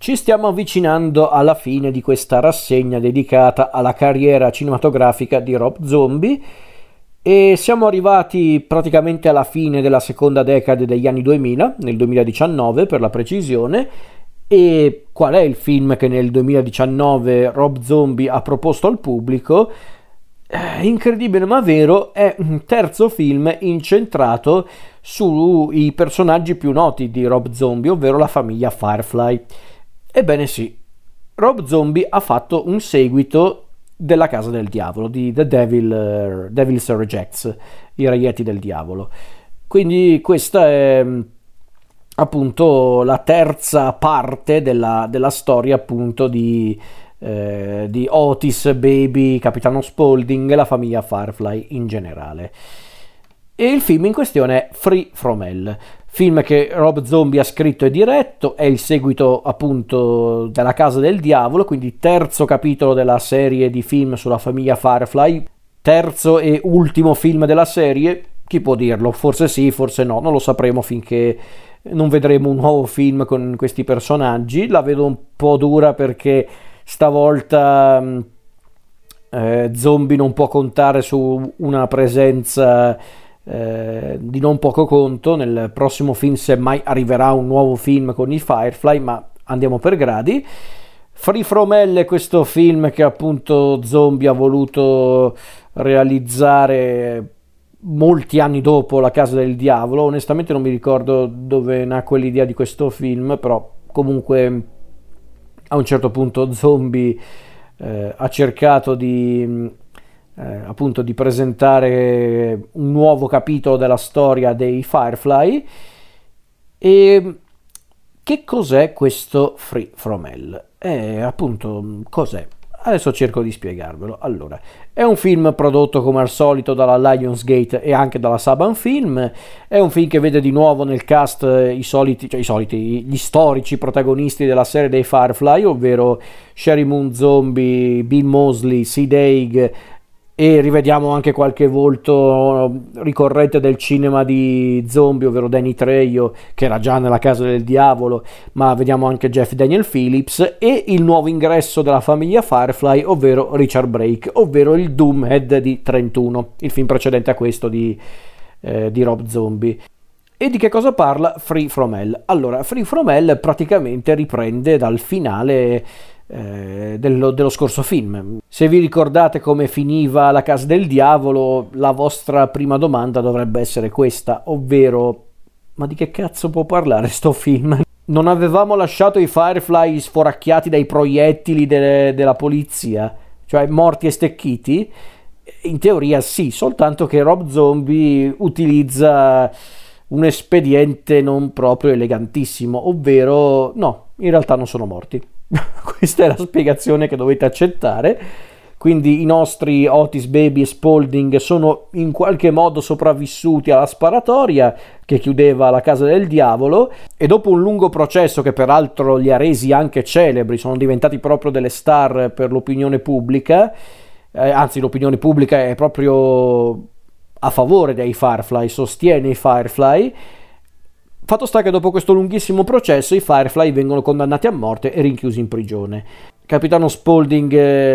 Ci stiamo avvicinando alla fine di questa rassegna dedicata alla carriera cinematografica di Rob Zombie e siamo arrivati praticamente alla fine della seconda decade degli anni 2000, nel 2019 per la precisione. E qual è il film che nel 2019 Rob Zombie ha proposto al pubblico? Incredibile ma vero, è un terzo film incentrato sui personaggi più noti di Rob Zombie, ovvero la famiglia Firefly. Ebbene sì, Rob Zombie ha fatto un seguito della Casa del Diavolo, di The Devil's Rejects, i Reietti del Diavolo. Quindi questa è appunto la terza parte della storia appunto di Otis, Baby, Capitano Spaulding e la famiglia Firefly in generale. E il film in questione è Free From Hell, film che Rob Zombie ha scritto e diretto, è il seguito appunto della Casa del Diavolo, quindi terzo capitolo della serie di film sulla famiglia Firefly, terzo e ultimo film della serie, chi può dirlo? Forse sì, forse no, non lo sapremo finché non vedremo un nuovo film con questi personaggi. La vedo un po' dura perché stavolta Zombie non può contare su una presenza di non poco conto. Nel prossimo film semmai arriverà un nuovo film con i Firefly, ma andiamo per gradi. Free From Hell è questo film che appunto Zombie ha voluto realizzare molti anni dopo la Casa del Diavolo. Onestamente non mi ricordo dove nacque l'idea di questo film, però comunque a un certo punto Zombie ha cercato appunto di presentare un nuovo capitolo della storia dei Firefly. E che cos'è questo Free From Hell? Appunto, cos'è? Adesso cerco di spiegarvelo. Allora, è un film prodotto come al solito dalla Lionsgate e anche dalla Saban Film. È un film che vede di nuovo nel cast gli storici protagonisti della serie dei Firefly, ovvero Sheri Moon Zombie, Bill Moseley, Sid Haig, e rivediamo anche qualche volto ricorrente del cinema di Zombie, ovvero Danny Trejo, che era già nella Casa del Diavolo, ma vediamo anche Jeff Daniel Phillips, e il nuovo ingresso della famiglia Firefly, ovvero Richard Brake, ovvero il Doomhead di 31, il film precedente a questo di Rob Zombie. E di che cosa parla Free From Hell? Allora, Free From Hell praticamente riprende dal finale dello scorso film. Se vi ricordate come finiva la Casa del Diavolo, la vostra prima domanda dovrebbe essere questa, ovvero: ma di che cazzo può parlare sto film? Non avevamo lasciato i Firefly sforacchiati dai proiettili della polizia, cioè morti e stecchiti? In teoria sì, soltanto che Rob Zombie utilizza un espediente non proprio elegantissimo, ovvero no, in realtà non sono morti. Questa è la spiegazione che dovete accettare. Quindi i nostri Otis, Baby e Spaulding sono in qualche modo sopravvissuti alla sparatoria che chiudeva la Casa del Diavolo, e dopo un lungo processo che peraltro li ha resi anche celebri, sono diventati proprio delle star per l'opinione pubblica, anzi l'opinione pubblica è proprio a favore dei Firefly, sostiene i Firefly. Fatto sta che dopo questo lunghissimo processo i Firefly vengono condannati a morte e rinchiusi in prigione. Capitano Spaulding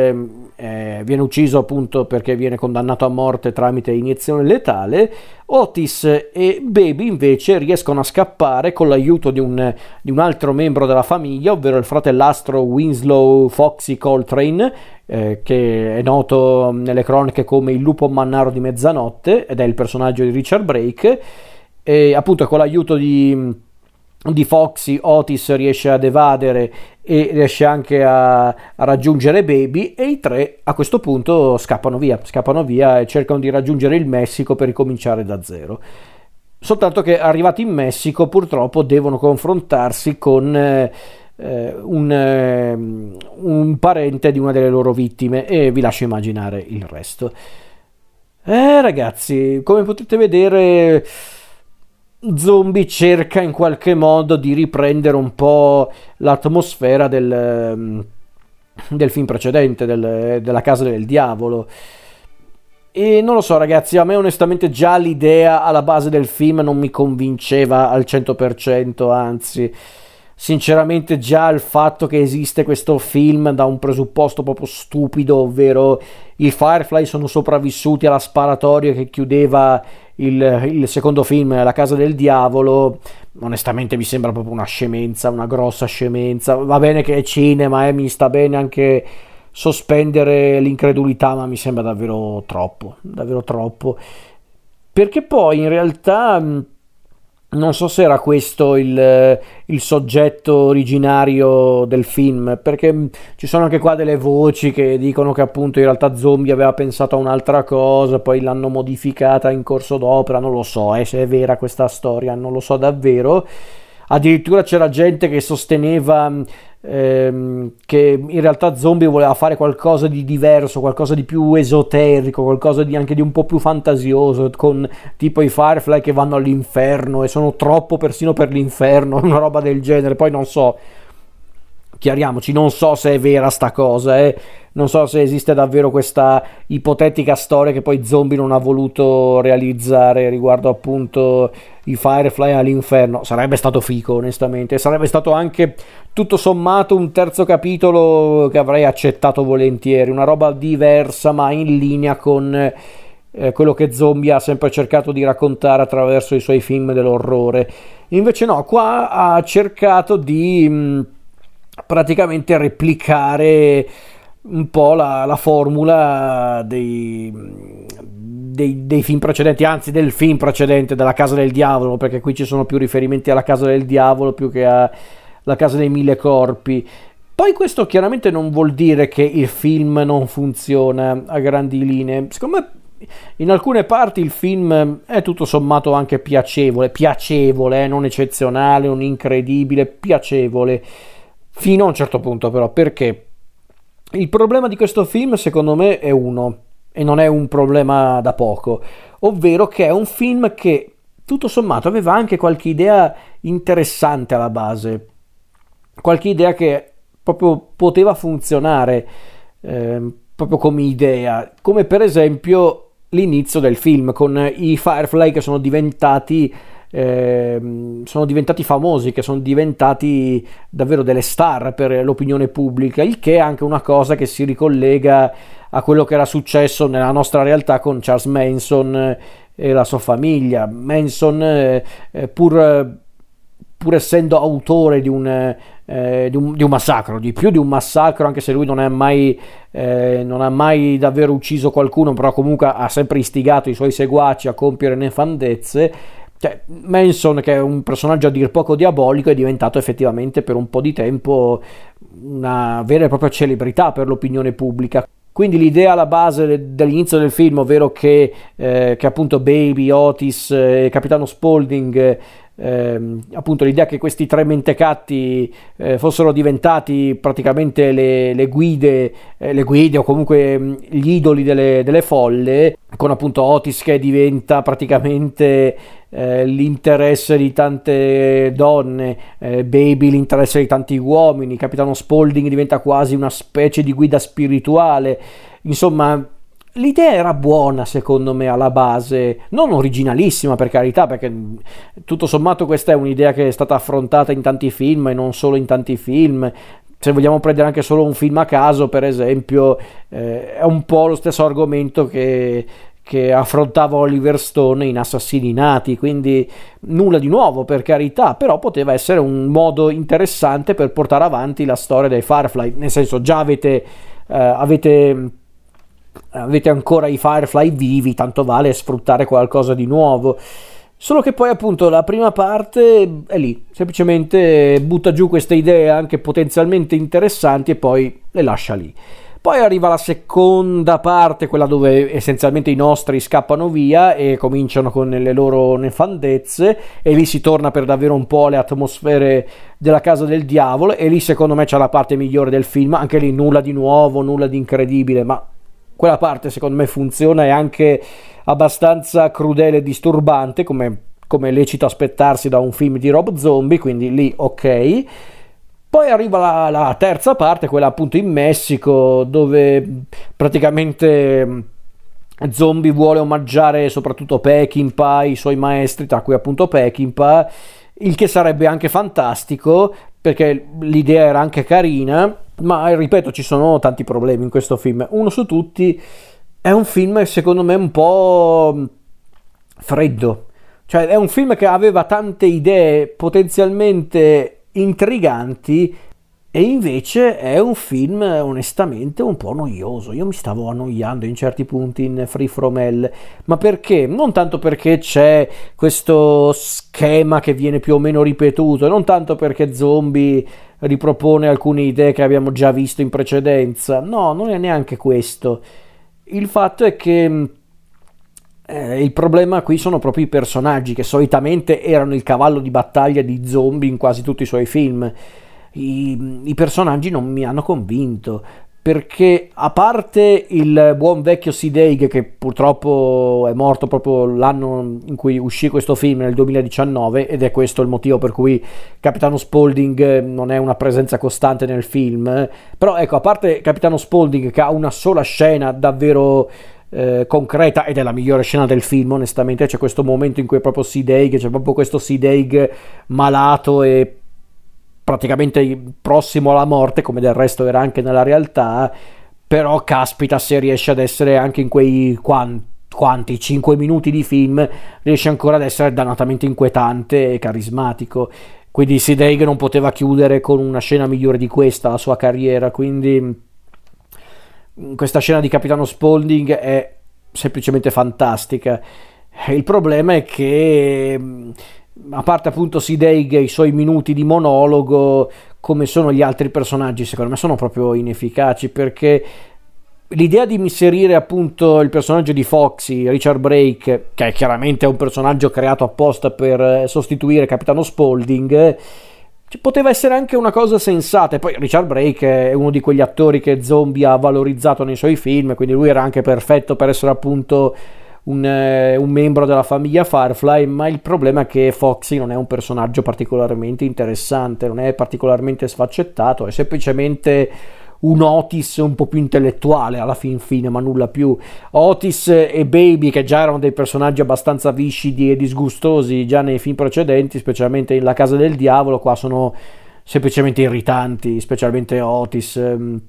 viene ucciso appunto perché viene condannato a morte tramite iniezione letale. Otis e Baby invece riescono a scappare con l'aiuto di un altro membro della famiglia, ovvero il fratellastro Winslow Foxy Coltrane, che è noto nelle cronache come il lupo mannaro di mezzanotte ed è il personaggio di Richard Brake. E appunto con l'aiuto di Foxy, Otis riesce ad evadere e riesce anche a raggiungere Baby, e i tre a questo punto scappano via e cercano di raggiungere il Messico per ricominciare da zero. Soltanto che arrivati in Messico purtroppo devono confrontarsi con un parente di una delle loro vittime, e vi lascio immaginare il resto. Ragazzi, come potete vedere, Zombie cerca in qualche modo di riprendere un po' l'atmosfera del film precedente, della Casa del Diavolo. E non lo so ragazzi, a me onestamente già l'idea alla base del film non mi convinceva al 100%, anzi sinceramente già il fatto che esiste questo film da un presupposto proprio stupido, ovvero i Firefly sono sopravvissuti alla sparatoria che chiudeva il secondo film, La Casa del Diavolo, onestamente mi sembra proprio una scemenza, una grossa scemenza. Va bene che è cinema, mi sta bene anche sospendere l'incredulità, ma mi sembra davvero troppo, davvero troppo. Perché poi in realtà non so se era questo il soggetto originario del film, perché ci sono anche qua delle voci che dicono che appunto in realtà Zombie aveva pensato a un'altra cosa, poi l'hanno modificata in corso d'opera, non lo so, se è vera questa storia, non lo so davvero. Addirittura c'era gente che sosteneva che in realtà Zombie voleva fare qualcosa di diverso, qualcosa di più esoterico, qualcosa di anche di un po' più fantasioso, con tipo i Firefly che vanno all'inferno e sono troppo persino per l'inferno, una roba del genere. Poi non so, chiariamoci, non so se è vera sta cosa, non so se esiste davvero questa ipotetica storia che poi Zombie non ha voluto realizzare riguardo appunto i Firefly all'inferno. Sarebbe stato fico, onestamente, sarebbe stato anche tutto sommato un terzo capitolo che avrei accettato volentieri, una roba diversa ma in linea con quello che Zombie ha sempre cercato di raccontare attraverso i suoi film dell'orrore. Invece no, qua ha cercato di praticamente replicare un po' la formula dei film precedenti, anzi del film precedente, della Casa del Diavolo, perché qui ci sono più riferimenti alla Casa del Diavolo più che alla Casa dei Mille Corpi. Poi questo chiaramente non vuol dire che il film non funziona a grandi linee. Secondo me in alcune parti il film è tutto sommato anche piacevole, non eccezionale, non incredibile, piacevole fino a un certo punto. Però perché il problema di questo film secondo me è uno, e non è un problema da poco, ovvero che è un film che tutto sommato aveva anche qualche idea interessante alla base, qualche idea che proprio poteva funzionare proprio come idea, come per esempio l'inizio del film con i Firefly che sono diventati famosi, che sono diventati davvero delle star per l'opinione pubblica, il che è anche una cosa che si ricollega a quello che era successo nella nostra realtà con Charles Manson e la sua famiglia. Manson pur essendo autore di un massacro, di più di un massacro, anche se lui non ha mai davvero ucciso qualcuno, però comunque ha sempre istigato i suoi seguaci a compiere nefandezze. Cioè, Manson, che è un personaggio a dir poco diabolico, è diventato effettivamente per un po' di tempo una vera e propria celebrità per l'opinione pubblica. Quindi l'idea alla base dell'inizio del film, ovvero che appunto Baby, Otis e Capitano Spaulding, appunto l'idea che questi tre mentecatti fossero diventati praticamente le guide o comunque gli idoli delle folle, con appunto Otis che diventa praticamente l'interesse di tante donne, Baby l'interesse di tanti uomini, Capitano Spaulding diventa quasi una specie di guida spirituale. Insomma, l'idea era buona secondo me alla base, non originalissima per carità, perché tutto sommato questa è un'idea che è stata affrontata in tanti film e non solo in tanti film. Se vogliamo prendere anche solo un film a caso, per esempio, è un po' lo stesso argomento che affrontava Oliver Stone in Assassini Nati, quindi nulla di nuovo per carità, però poteva essere un modo interessante per portare avanti la storia dei Firefly, nel senso già avete ancora i Firefly vivi, tanto vale sfruttare qualcosa di nuovo. Solo che poi appunto la prima parte è lì, semplicemente butta giù queste idee anche potenzialmente interessanti e poi le lascia lì. Poi arriva la seconda parte, quella dove essenzialmente i nostri scappano via e cominciano con le loro nefandezze, e lì si torna per davvero un po' alle atmosfere della Casa del Diavolo, e lì secondo me c'è la parte migliore del film, anche lì nulla di nuovo, nulla di incredibile, ma quella parte secondo me funziona, è anche abbastanza crudele e disturbante, come è lecito aspettarsi da un film di Rob Zombie, quindi lì ok. Poi arriva la terza parte, quella appunto in Messico, dove praticamente Zombie vuole omaggiare soprattutto Peckinpah, i suoi maestri, tra cui appunto Peckinpah, il che sarebbe anche fantastico, perché l'idea era anche carina, ma ripeto, ci sono tanti problemi in questo film. Uno su tutti, è un film secondo me un po' freddo, cioè è un film che aveva tante idee potenzialmente intriganti e invece è un film onestamente un po' noioso. Io mi stavo annoiando in certi punti in Free From Hell, ma perché? Non tanto perché c'è questo schema che viene più o meno ripetuto, non tanto perché Zombie ripropone alcune idee che abbiamo già visto in precedenza, no, non è neanche questo. Il fatto è che il problema qui sono proprio i personaggi, che solitamente erano il cavallo di battaglia di Zombie in quasi tutti i suoi film. I personaggi non mi hanno convinto, perché a parte il buon vecchio Sid Haig, che purtroppo è morto proprio l'anno in cui uscì questo film, nel 2019, ed è questo il motivo per cui Capitano Spaulding non è una presenza costante nel film, però ecco, a parte Capitano Spaulding, che ha una sola scena davvero concreta, ed è la migliore scena del film onestamente, c'è questo momento in cui è proprio Sid Haig, c'è proprio questo Sid Haig malato e praticamente prossimo alla morte, come del resto era anche nella realtà, però caspita se riesce ad essere anche in quei quanti 5 minuti di film, riesce ancora ad essere dannatamente inquietante e carismatico. Quindi Sid Haig non poteva chiudere con una scena migliore di questa la sua carriera, quindi questa scena di Capitano Spaulding è semplicemente fantastica. Il problema è che a parte appunto Sid Haig e i suoi minuti di monologo, come sono gli altri personaggi, secondo me sono proprio inefficaci, perché l'idea di inserire appunto il personaggio di Foxy, Richard Brake, che è chiaramente un personaggio creato apposta per sostituire Capitano Spaulding, poteva essere anche una cosa sensata. E poi Richard Brake è uno di quegli attori che Zombie ha valorizzato nei suoi film, quindi lui era anche perfetto per essere appunto un membro della famiglia Firefly. Ma il problema è che Foxy non è un personaggio particolarmente interessante, non è particolarmente sfaccettato, è semplicemente un Otis un po' più intellettuale alla fine, ma nulla più. Otis e Baby, che già erano dei personaggi abbastanza viscidi e disgustosi già nei film precedenti, specialmente in La Casa del Diavolo, qua sono semplicemente irritanti, specialmente Otis. Non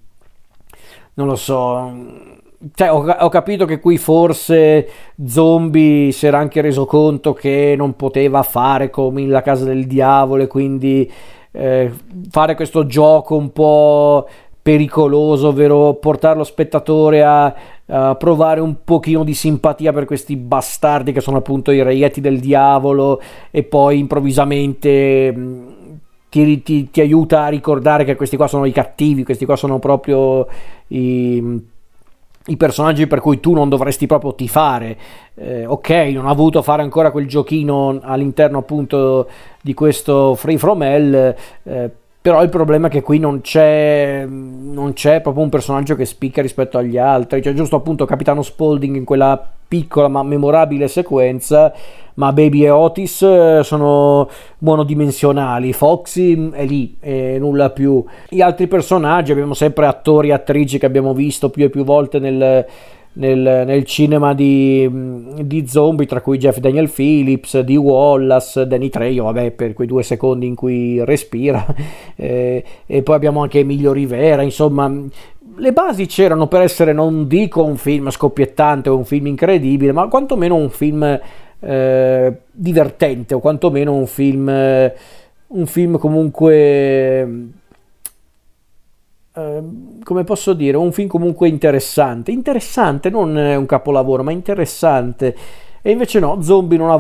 lo so, cioè, ho capito che qui forse Zombie si era anche reso conto che non poteva fare come in La Casa del Diavolo, e quindi fare questo gioco un po' pericoloso, ovvero portare lo spettatore a provare un pochino di simpatia per questi bastardi che sono appunto i reietti del diavolo, e poi improvvisamente ti aiuta a ricordare che questi qua sono i cattivi, questi qua sono proprio i personaggi per cui tu non dovresti proprio tifare. Ok, non ha voluto fare ancora quel giochino all'interno appunto di questo Free From Hell, però il problema è che qui non c'è proprio un personaggio che spicca rispetto agli altri. C'è giusto appunto Capitano Spaulding in quella piccola ma memorabile sequenza, ma Baby e Otis sono monodimensionali, Foxy è lì e nulla più. Gli altri personaggi, abbiamo sempre attori e attrici che abbiamo visto più e più volte nel cinema di Zombie, tra cui Jeff Daniel Phillips, Dee Wallace, Danny Trejo, vabbè, per quei 2 secondi in cui respira, e poi abbiamo anche Emilio Rivera. Insomma, le basi c'erano per essere, non dico un film scoppiettante o un film incredibile, ma quantomeno un film divertente, o quantomeno un film comunque, come posso dire, un film comunque interessante, non un capolavoro, ma interessante. E invece no, Zombie non ha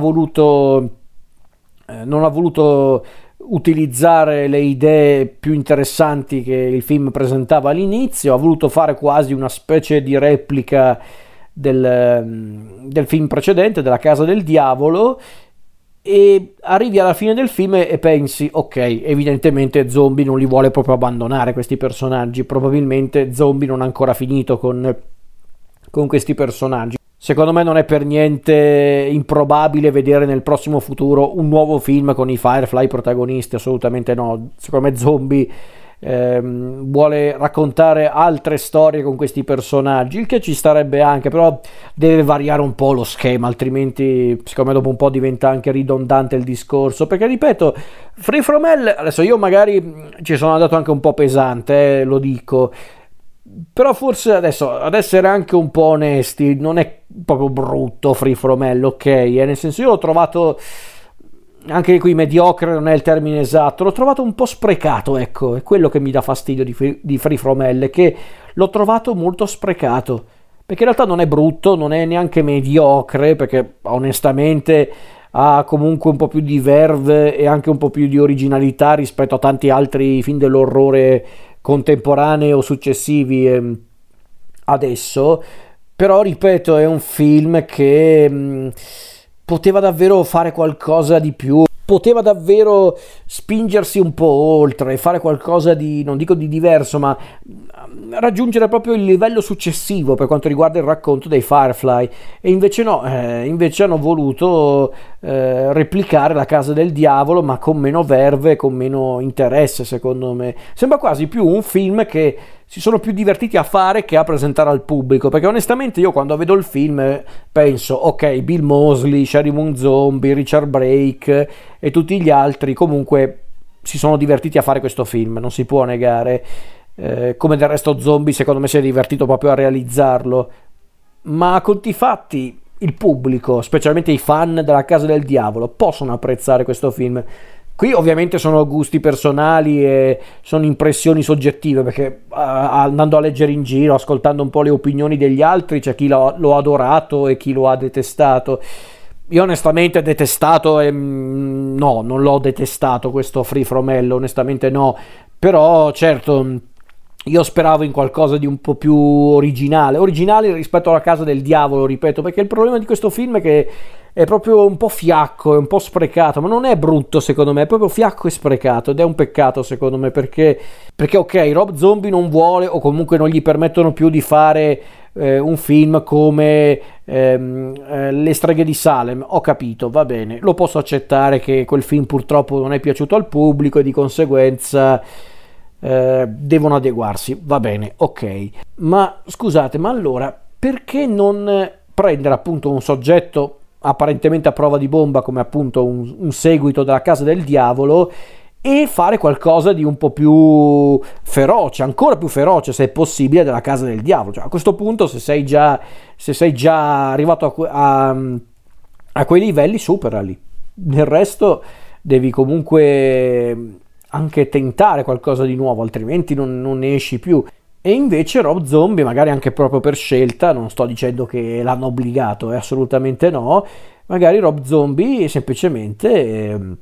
voluto utilizzare le idee più interessanti che il film presentava all'inizio, ha voluto fare quasi una specie di replica del film precedente, della Casa del Diavolo, e arrivi alla fine del film e pensi, ok, evidentemente Zombie non li vuole proprio abbandonare questi personaggi, probabilmente Zombie non ha ancora finito con questi personaggi. Secondo me non è per niente improbabile vedere nel prossimo futuro un nuovo film con i Firefly protagonisti, assolutamente no. Secondo me Zombie vuole raccontare altre storie con questi personaggi, il che ci starebbe anche, però deve variare un po' lo schema, altrimenti secondo me dopo un po' diventa anche ridondante il discorso, perché ripeto, Free From Hell, adesso io magari ci sono andato anche un po' pesante, lo dico, però forse adesso ad essere anche un po' onesti, non è proprio brutto Free From Hell, ok? Nel senso, io l'ho trovato anche qui mediocre, non è il termine esatto, l'ho trovato un po' sprecato, ecco, è quello che mi dà fastidio di Free From Hell, che l'ho trovato molto sprecato, perché in realtà non è brutto, non è neanche mediocre, perché onestamente ha comunque un po' più di verve e anche un po' più di originalità rispetto a tanti altri film dell'orrore contemporanei o successivi adesso, però ripeto, è un film che poteva davvero fare qualcosa di più, poteva davvero spingersi un po' oltre, fare qualcosa di, non dico di diverso, ma raggiungere proprio il livello successivo per quanto riguarda il racconto dei Firefly, e invece no, invece hanno voluto replicare La Casa del Diavolo, ma con meno verve, con meno interesse, secondo me. Sembra quasi più un film che si sono più divertiti a fare che a presentare al pubblico, perché onestamente io quando vedo il film penso, ok, Bill Moseley, Sheri Moon Zombie, Richard Brake e tutti gli altri comunque si sono divertiti a fare questo film, non si può negare, come del resto Zombie secondo me si è divertito proprio a realizzarlo, ma a conti fatti il pubblico, specialmente i fan della Casa del Diavolo, possono apprezzare questo film. Qui ovviamente sono gusti personali e sono impressioni soggettive, perché andando a leggere in giro, ascoltando un po' le opinioni degli altri, c'è chi lo ha adorato e chi lo ha detestato. Io onestamente detestato, no, non l'ho detestato questo Free From Hell, onestamente no, però certo io speravo in qualcosa di un po' più originale rispetto alla Casa del Diavolo, ripeto, perché il problema di questo film è che è proprio un po' fiacco, è un po' sprecato, ma non è brutto secondo me, è proprio fiacco e sprecato, ed è un peccato secondo me, perché ok, Rob Zombie non vuole, o comunque non gli permettono più di fare un film come Le streghe di Salem, ho capito, va bene, lo posso accettare che quel film purtroppo non è piaciuto al pubblico e di conseguenza devono adeguarsi, va bene, ok, ma scusate, ma allora perché non prendere appunto un soggetto apparentemente a prova di bomba come appunto un seguito della Casa del Diavolo e fare qualcosa di un po' più feroce, ancora più feroce se è possibile, della Casa del Diavolo? Cioè, a questo punto se sei già arrivato a quei livelli, superali. Nel resto devi comunque anche tentare qualcosa di nuovo, altrimenti non ne esci più. E invece Rob Zombie, magari anche proprio per scelta, non sto dicendo che l'hanno obbligato, assolutamente no, magari Rob Zombie semplicemente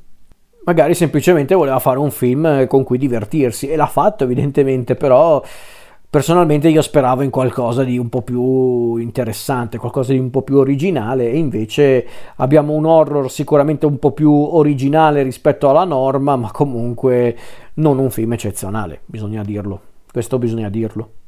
voleva fare un film con cui divertirsi, e l'ha fatto evidentemente, però personalmente io speravo in qualcosa di un po' più interessante, qualcosa di un po' più originale, e invece abbiamo un horror sicuramente un po' più originale rispetto alla norma, ma comunque non un film eccezionale, bisogna dirlo. Questo bisogna dirlo.